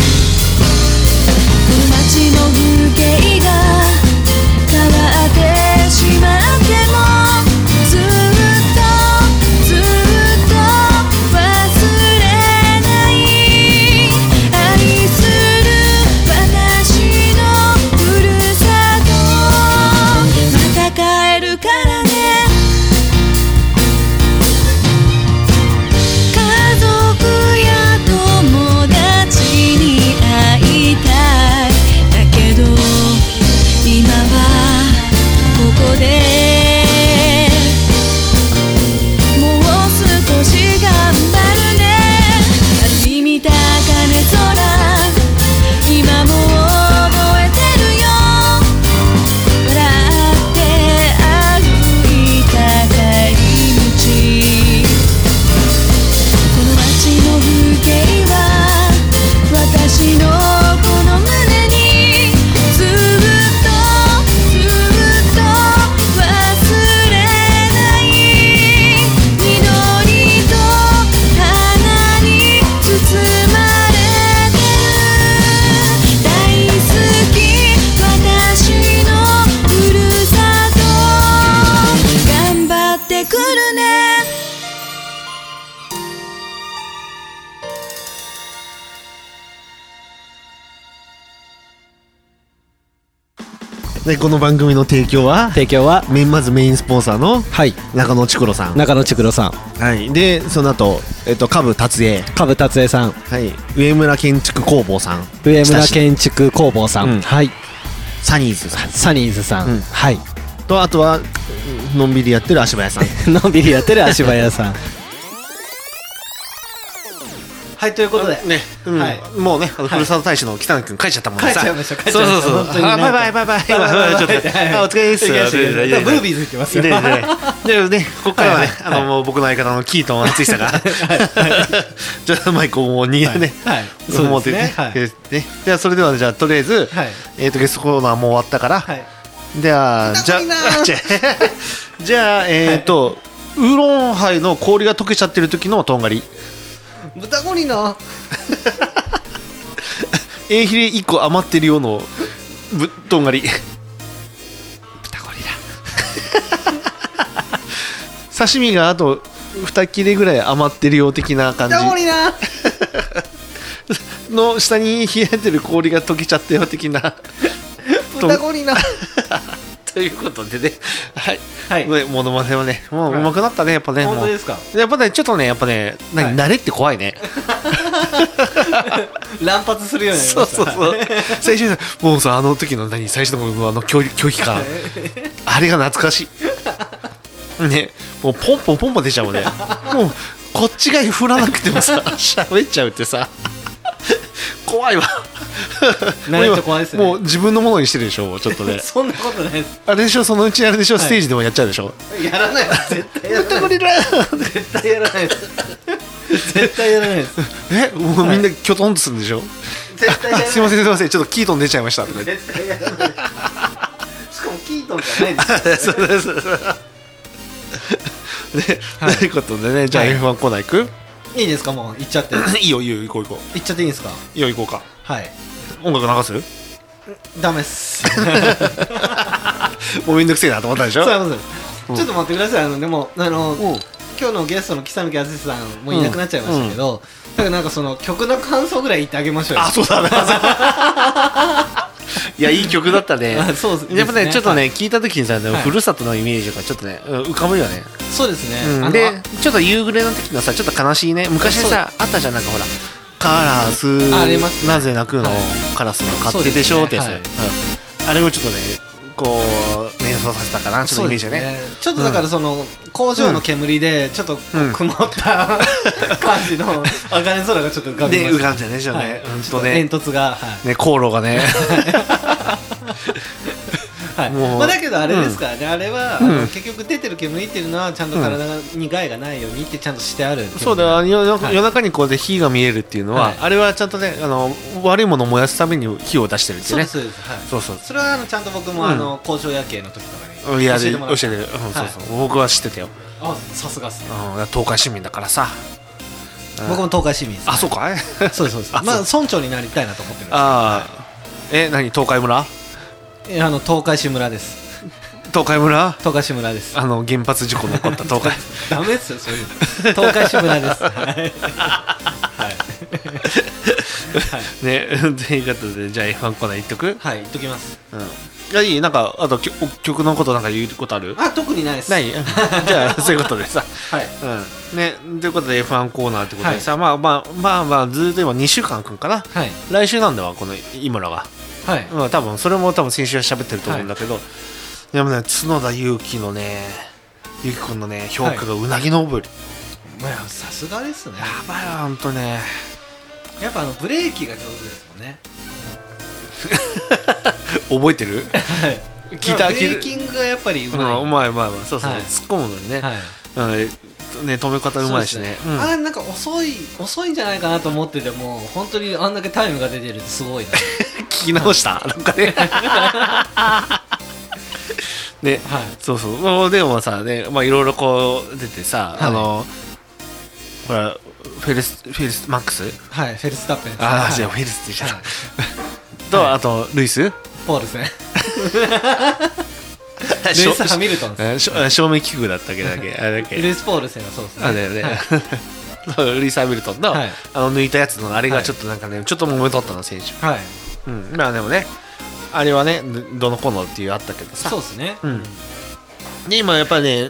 この街の風景が変わってしまってもずっとずっと忘れない愛する私のふるさとまた帰るからね。家族や友達に会いたいだけど今はここでもう少し頑張るね。見た金空今も覚えてるよ。笑って歩いた帰り道この街の風景は私のこの胸にずっとずっと忘れない緑と花に包まれてる大好き私のふるさと頑張ってくるね。 でこの番組の提供はまずメインスポンサーの中野ちくろさん、 中野ちくろさん、 はい、でその後株達江さん、 はい、上村建築工房さん、 上村建築工房さん、はい、 サニーズさん、 はい、 とあとはのんびりやってる足早さんのんびりやってる足早さんはい、ということでね、もうね、ふるさと大使の北野君帰っちゃったもんね。 帰っちゃいました。 そうそうそう。バイバイバイバイ。ちょっとお疲れです。 ブービーズ言ってますよ。 でね、ここからはね、もう僕の相方のキートン淳久がちょっとマイクをもう逃げね、そうですね。ではそれではじゃあとりあえずゲストコーナーもう終わったから、じゃあウーロンハイの氷が溶けちゃってる時のとんがり。 豚ゴリラエンヒレ1個余ってるようのとんがり豚ゴリラ刺身があと2切れぐらい余ってるよう的な感じ豚ゴリラの下に冷えてる氷が溶けちゃったよ的な豚ゴリラということでね、はい、モノマネはね、もう上手くなったね、やっぱね。 本当ですか。 やっぱね、ちょっとね、やっぱね、慣れって怖いね。 乱発するようになりました。 そう最初もうさ、あの時の最初の拒否感、あれが懐かしい。ね、もうポンポンポンポン出ちゃうね。もうこっちが振らなくてもさ、喋っちゃうってさ。怖いわ。 怖いですね。 もう自分のものにしてるでしょ、ちょっとね。 そんなことないです。 あれでしょ、そのうちあれでしょ、ステージでもやっちゃうでしょ。 やらないです。絶対やらないです。絶対やらないです。絶対やらないです。 もうみんなキョトンとするんでしょ。 絶対やらない。 すいません、ちょっとキートン出ちゃいました。 絶対やらない。しかもキートンじゃないです。 そうです。ということでね、じゃあ F1 コーナー行く？ いいですか、もう行っちゃって。 いいよ行こう。 行っちゃっていいんですか？ いいよ行こうか。 はい。 音楽流す？ ダメっす。 もうめんどくせえなと思ったでしょ。 そうなんです。ちょっと待ってください。でも今日のゲストの北貫淳さんもいなくなっちゃいましたけど、だからなんかその曲の感想ぐらい言ってあげましょうよ。 あ、そうだね。いや、いい曲だったね。 そうですね。 やっぱね、ちょっとね、聞いた時にさ、ふるさとのイメージがちょっとね、浮かぶよね。 そうですね。 で、ちょっと夕暮れの時のさ、ちょっと悲しいね、昔さ、あったじゃん、なんかほら、カラスなぜ泣くの、カラスの勝手でしょってやつ。あれをちょっとね、こう連想させたかな、ちょっとイメージね。 ちょっとだからその工場の煙でちょっと曇った感じの茜空がちょっと浮かんでました。 浮かんじゃね、じゃね、 煙突がね、航路がね。 まあだけどあれですからね、あれは結局出てる煙っていうのはちゃんと体に害がないようにってちゃんとしてある。 そうだ、夜中にこうで火が見えるっていうのは、あれはちゃんとね、悪いものを燃やすために火を出してるってね。 そうです。そう。それはちゃんと僕も工場夜景の時とかに教えてもらって。 教えてる。僕は知ってたよ。 あ、さすがっすね。 東海市民だからさ。 僕も東海市民です。 あ、そうかい。 そうです。まあ村長になりたいなと思ってるんです。 ああ、何、東海村？ 東海市村です。 東海村？ 東海市村です。 原発事故残った東海。 ダメですよ、そういうの。東海市村です。 ね、ということで、じゃあ F1 コーナー言っとく？ はい、言っときます。 いや、いい、なんかあと曲のことなんか言うことある？ あ、特にないです。 ない？じゃあそういうことでさ。 はい。 ね、ということで F1 コーナーってことでさ、まあずっと今2週間くんかな。来週なんだわ、この井村が。はい。多分それも先週は喋ってると思うんだけど、でもね、角田裕樹のね、ゆきくんのね、評価がうなぎ登り。 まあさすがですね。 やばいわ、ほんとね。 やっぱブレーキが上手ですもんね。 覚えてる？はい。聞いた。 ブレーキングがやっぱりうまい。 うまい。そうそう。突っ込むのにね。ね、止め方うまいしね。 あれなんか遅いんじゃないかなと思ってても、本当にあんだけタイムが出てるってすごいな。 聞き直したなんかね。ね、そうそう。でもさね、まあいろいろこう出てさ、ほらフェルスマックス、 はい、フェルスタッペン。 ああ、じゃあフェルスって言っちゃった。とあとルイス、 ポールですね。ルイス・ハミルトンです。 照明器具だったっけ、あれだっけ。 ルイス・ポールセンはそうですね。 あれだよね。ルイス・ハミルトンの抜いたやつのあれがちょっとなんかね、ちょっと揉めとったの選手。はい。まあでもね、あれはね、どの子のっていうあったけどさ。 そうですね。 で今やっぱりね、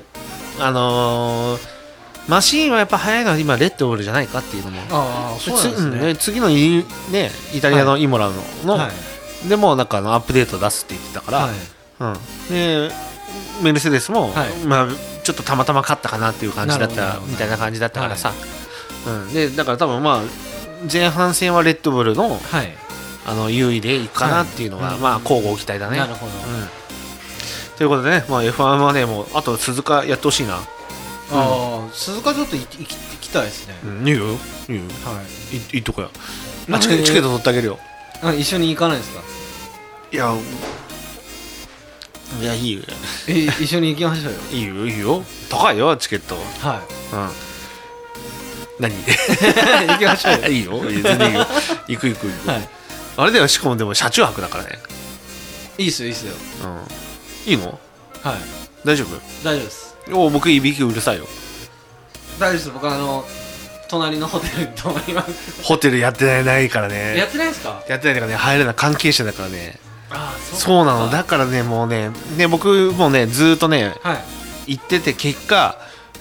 マシーンはやっぱ速いのは今レッドブルじゃないかっていうのも。 ああ、そうですね。 次のね、イタリアのイモラのでもなんかアップデート出すって言ってたから。でメルセデスも、 はいまあ、ちょっとたまたま勝ったかなっていう感じだったみたいな感じだったからさ、でだから多分まあ前半戦はレッドブルの、 はい、 優位でいくかなっていうのが、まあ交互期待だね。 なるほど、 ということでね、まあ、F1 はねもうあと鈴鹿やってほしいな。 鈴鹿ちょっと行きたいですね。 いいよいいよ、いいとこや。チケット取ってあげるよ。 一緒に行かないですか？ いやいいよ。 一緒に行きましょうよ。 いいよいいよ、高いよチケット。 はい、 何行きましょうよ。 いいよ全然いいよ行く、はい、あれだよ。しかもでも車中泊だからね。 いいっすよいいっすよ。 いいの？ はい、 大丈夫？ 大丈夫です。 僕いびきうるさいよ。 大丈夫です。僕隣のホテルに泊まります。 ホテルやってないからね。 やってないですか？ やってないからね、入れない。関係者だからね。 そうなの。だからね、もうね僕もねずっとね、行ってて結果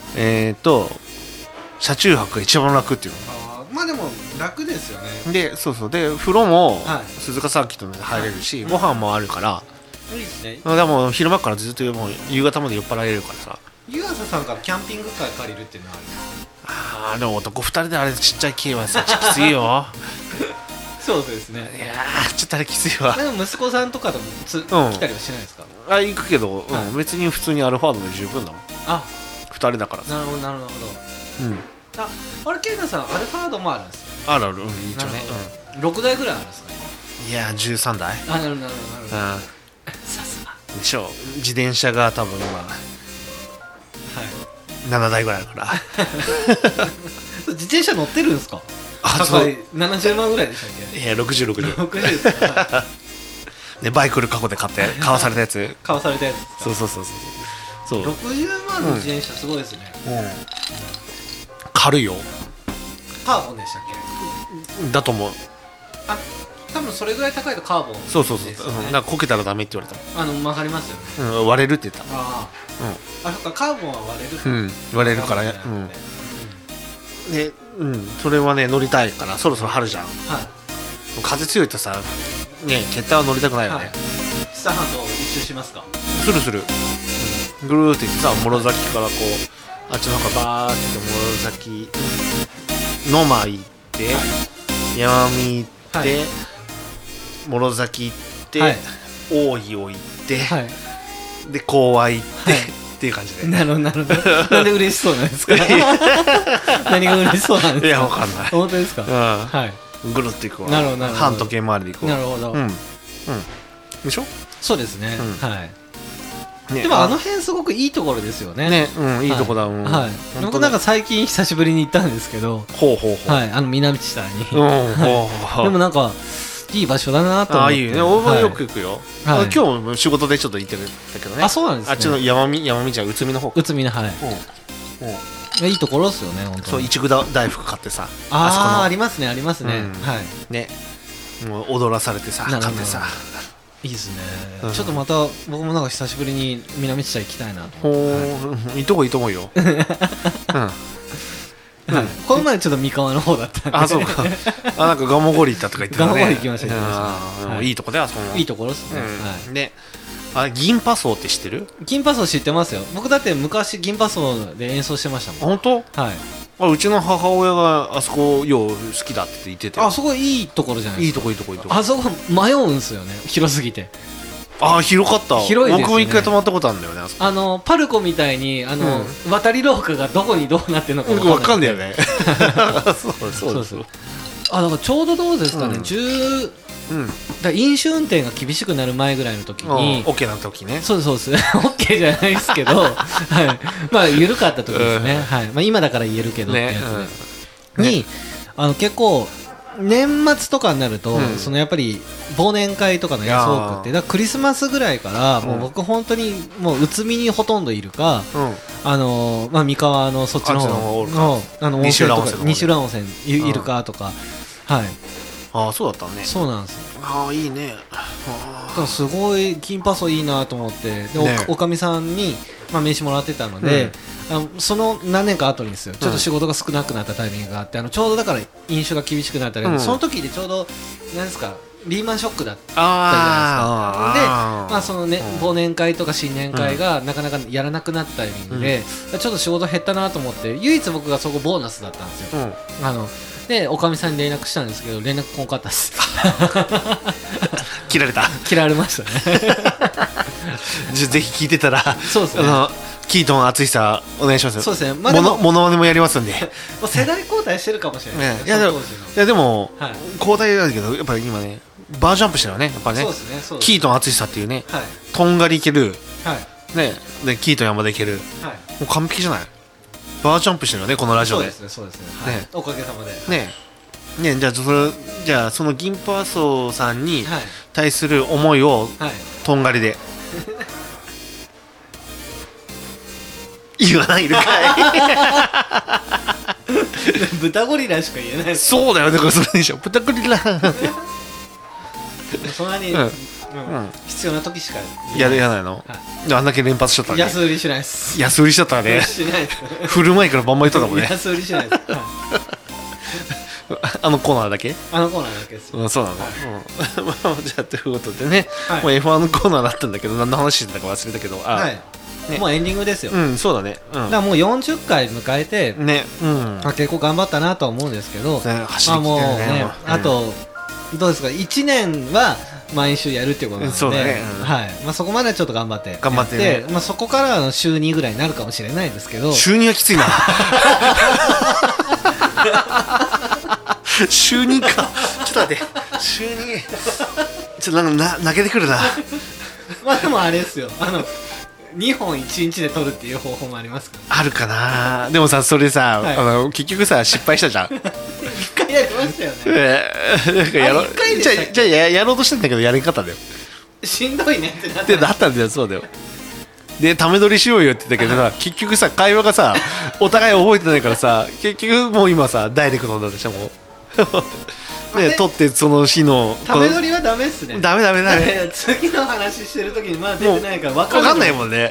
車中泊が一番楽っていうの。 まあでも楽ですよね。 でそうで風呂も鈴鹿サーキットで入れるし、ご飯もあるから、 いいですね。 でも昼間からずっともう夕方まで酔っ払えるからさ。 湯浅さんからキャンピングカー借りるっていうのはある。 でも男2人であれちっちゃい軽はさきついよ。 そうですね。 いやちょっとあれきついわ。 でも息子さんとかとも来たりはしないですか？ 行くけど、別に普通にアルファードで十分だもん。2人だからさ。 なるほどなるほど。あれケイナさんアルファードもあるんですよ。 ある一応ね。 6台ぐらいあるんですかね。 いや13台。 なるほどさすがでしょ。自転車が多分今7台ぐらいあるから自転車乗ってるんですか？70万ぐらいでしたっけ？ いや60 ですか？ でバイクル過去で買わされたやつ。 買わされたやつ。 そう 60万の自転車すごいですね。 軽いよ。 カーボンでしたっけ？ だと思う。 多分それぐらい高いとカーボン。 そうだからこけたらダメって言われた。 曲がりますよね。 割れるって言った。 そっか、カーボンは割れる。 割れるから。でそれはね乗りたいから。そろそろ春じゃん。風強いとさね決体は乗りたくないよね。 スタハンと一周しますか？ するぐるーってさ、諸崎からこうあっちの方バーって諸崎野間行って山見行って諸崎行って大井を行ってで講和行ってっていう感じで。 なるほどなんで嬉しそうなんですか？何が嬉しそうなんですか？ いやわかんない。 本当ですか？ ぐるっていくわ。 なるほど半時計回りでいくわ。 なるほど。 でしょ？ そうですね。でも辺すごくいいところですよね。 いいとこだ。 僕なんか最近久しぶりに行ったんですけど、南知多に。でもなんかいい場所だなと思って。いいね。 俺もよく行くよ。今日仕事でちょっと行ってるんだけどね。 そうなんですね。 あっちの山見じゃ宇都宮の方。 宇都宮いいところですよね。本当。 そう、いちご大福買ってさ。 ありますね。 ね。もう踊らされてさ買ってさ。 いいですね。ちょっとまた僕もなんか久しぶりに南知多行きたいなと。 いいとこいいと思うよ。 この前ちょっと三河の方だったんで。 そうか。なんかガモゴリ行ったとか言ってたね。 ガモゴリ行きました。 いいとこではその。 いいところですね。 で、銀パソって知ってる？ 銀パソ知ってますよ。僕だって昔銀パソで演奏してましたもん。 本当？うちの母親があそこよう好きだって言ってて。 そこいいところじゃないですか。 いいとこ。 あそこ迷うんすよね。広すぎて。 広かった。 広いですね。 僕も一回泊まったことあるんだよね。 パルコみたいに渡り廊下がどこにどうなってるのか分かんないよね。そう。 だからちょうどどうですかね。飲酒運転が厳しくなる前ぐらいの時に。 OK な時ね。 そうです。OK じゃないですけど、まあ緩かった時ですね。今だから言えるけどってやつに結構。年末とかになると、やっぱり忘年会とかの演奏多くて、だからクリスマスぐらいからもう僕本当にもう宇都宮にほとんどいるか、三河のそっちの方の西浦温泉いるかとか、 そうだったね。 そうなんですよ。 いいね。 すごい金パソいいなと思って、でおかみさんに名刺もらってたので。その何年か後にですよ、ちょっと仕事が少なくなったタイミングがあって、ちょうどだから飲酒が厳しくなったり、その時でちょうど何ですかリーマンショックだったじゃないですか。で、まあそのね、忘年会とか新年会がなかなかやらなくなったタイミングで、ちょっと仕事減ったなと思って、唯一僕がそこボーナスだったんですよ。でおかみさんに連絡したんですけど連絡来んかったっす。 切られた。 切られましたね。 ぜひ聞いてたら、 そうですね、 キートン淳さんお願いしますよ。 そうですね、 まあ、モノマネもやりますんで。 世代交代してるかもしれない、 いやでも、交代だけどやっぱり今ねバージョンアップしてるよね、やっぱね。 そうですね、そうです。 キートン淳さんっていうね、とんがりいける、ね、でキートン山田いける、もう完璧じゃない。バージョンアップしてるよね、このラジオで。 そうですね、おかげさまでね。じゃあその銀パーソーさんに対する思いをとんがりで言わないのかい。豚ゴリラしか言えない。 そうだよ、だからそれでしょ、豚ゴリラってそんなに必要な時しかやらないの。あんだけ連発しちゃったら安売りしないです。 安売りしちゃったらね。 しないです。 振る前からバンバン言ったかもね。 安売りしないです。 あのコーナーだけ？ あのコーナーだけです。 そうなの。じゃあということでね、もう F1 のコーナーだったんだけど、何の話してたか忘れたけど、 もうエンディングですよ。 そうだね。 だからもう40回迎えてね、 結構頑張ったなとは思うんですけど、 走り切ってもうね、あとどうですか、1年は毎週やるっていうことなので、そこまでちょっと頑張ってね、そこからの週2ぐらいになるかもしれないですけど、 週2はきついな。週2か。ちょっと待って、週2ちょっとなんか泣けてくるな。 まあでもあれですよ、2本1日で撮るっていう方法もありますから。 あるかな。でもさ、それさ、結局さ失敗したじゃん。 1回やりましたよね。 なんかじゃあやろうとしてんだけどやり方だよ。 しんどいねってなったんだよ。そうだよ。でため撮りしようよって言ったけどさ、結局さ会話がさお互い覚えてないからさ、結局もう今さダイレクトなんでしょ、もう。ね、撮ってその日のため撮りはダメっすね。 ダメ次の話してる時にまだ出てないから分かんないもんね。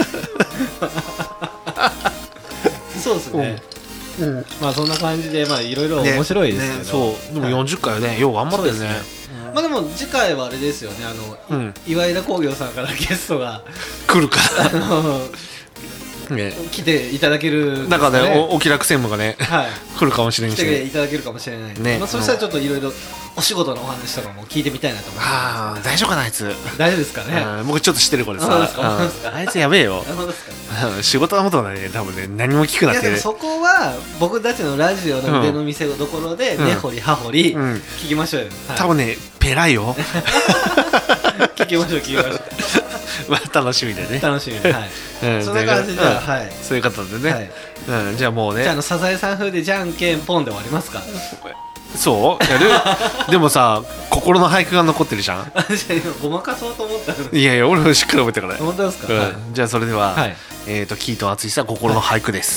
そうですね。まあそんな感じでまあいろいろ面白いですけど、 そうでも40回はねよう頑張ってるね。 まあでも次回はあれですよね、岩井田工業さんからゲストが来るから来ていただけるなんかね、お気楽専務がね来るかもしれないし、 来ていただけるかもしれないね。そしたらちょっといろいろお仕事のお話とかも聞いてみたいなと思います。 大丈夫かな、あいつ。 大丈夫ですかね。 僕ちょっと知ってるこれさ、あいつやべえよ。仕事のことはね多分ね何も聞くなって。 いやでもそこは僕たちのラジオの腕の見せ所で根掘り葉掘り聞きましょうよ。 多分ねペライよ。 聞きましょう。 まあ楽しみでね。 楽しみで、そんな感じで、 そういう方でね。じゃあもうね。 じゃあサザエさん風でじゃんけんポンで終わりますか。 そうやる。でもさ心の俳句が残ってるじゃん。 ごまかそうと思ったの。 いやいや俺もしっかり覚えてるから。 本当ですか。 じゃあそれではキートン淳さん心の俳句です。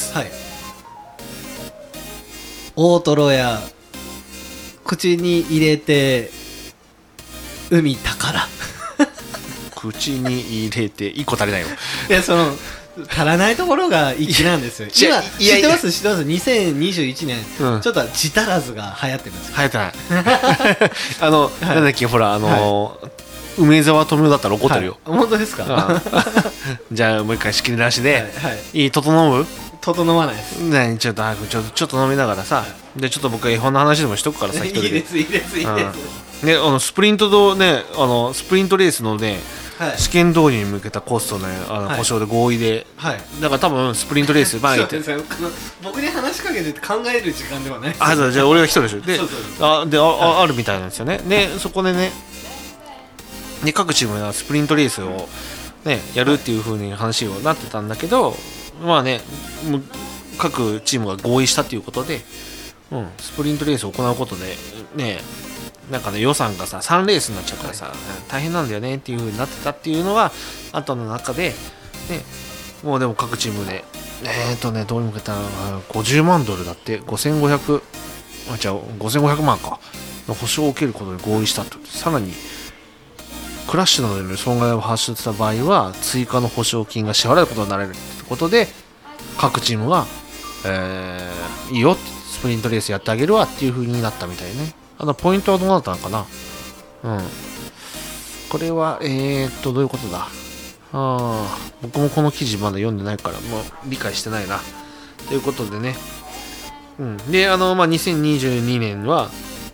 大トロや口に入れて海宝。 口に入れて1個足りないよ。 いやその足らないところが粋なんですよ。今知ってます2021年、ちょっと字足らずが流行ってるんですよ。 流行ってない。なんだっけ、ほら梅沢富美男だったら怒ってるよ。 本当ですか。 じゃあもう一回仕切りなしで整う？ 整わないです。 ね、ちょっと飲みながらさ、でちょっと僕絵本の話でもしとくからさ、一人で。 いいです。 ね、スプリントレースのね、試験導入に向けたコストね、保証で合意で、だから多分スプリントレース前に僕に話しかけて考える時間ではない。 じゃあ俺が一人でしょ。であるみたいなんですよね。でそこでね、各チームがスプリントレースをねやるっていう風に話になってたんだけど、まあね各チームが合意したっていうことで、スプリントレースを行うことでね。なんかね予算がさ3レースになっちゃうからさ、大変なんだよねっていう風になってたっていうのが後の中で、もうでも各チームでどうに向けたら50万ドルだって5500万かの保証を受けることで合意したと。さらにクラッシュなどによる損害を発生した場合は追加の保証金が支払うことになれるってことで、各チームが、いいよスプリントレースやってあげるわっていう風になったみたいね。ポイントはどうなったのかな。 これはどういうことだ。僕もこの記事まだ読んでないから、もう理解してないなということでね。で2022年は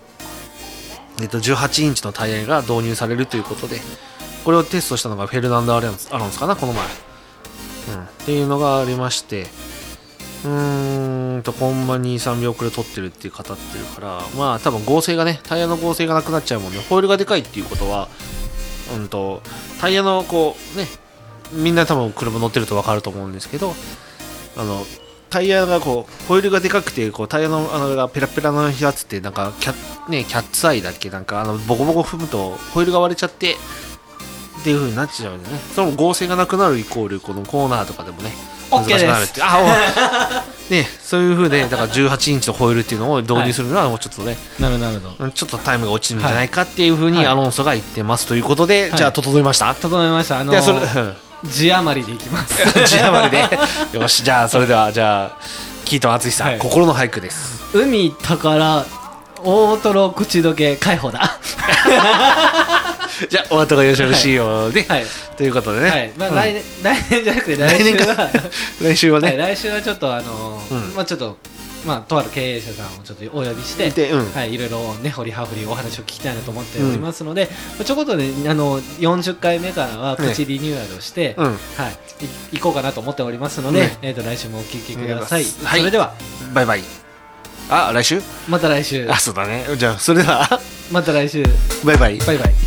18インチのタイヤが導入されるということで、これをテストしたのがフェルナンド・アロンソかな、この前、っていうのがありまして、コンマ23秒くらい取ってるって語ってるから、まあ多分合成がね、タイヤの合成がなくなっちゃうもんね。ホイールがでかいっていうことは、タイヤのこうね、みんな多分車乗ってると分かると思うんですけど、タイヤがこうホイールがでかくて、こうタイヤのがペラペラのやつって、なんかキャッツアイだっけ、なんかボコボコ踏むとホイールが割れちゃってっていう風になっちゃうんでね。その合成がなくなるイコール、このコーナーとかでもね、 難しくなるって、 ね、そういう風で、だから18インチのホイールっていうのを導入するのはもうちょっとね、 なるほど、 ちょっとタイムが落ちるんじゃないかっていう風にアロンソが言ってますということで、じゃあ整いました。 整いました。字余りでいきます。 字余りでよし、じゃあそれではキートン淳さん、心の俳句です。 海宝大トロ口どけ解放だ。 じゃあお後がよろしいようで、ということでね、 来年じゃなくて来週はね、来週はちょっとちょっととある経営者さんをちょっとお呼びして、いろいろね、掘り葉掘りお話を聞きたいなと思っておりますので、ちょこっとね、40回目からはプチリニューアルをして、行こうかなと思っておりますので、来週もお聞きください。それではバイバイ。来週また来週。 そうだね。じゃあそれではまた来週。 バイバイ。 バイバイ。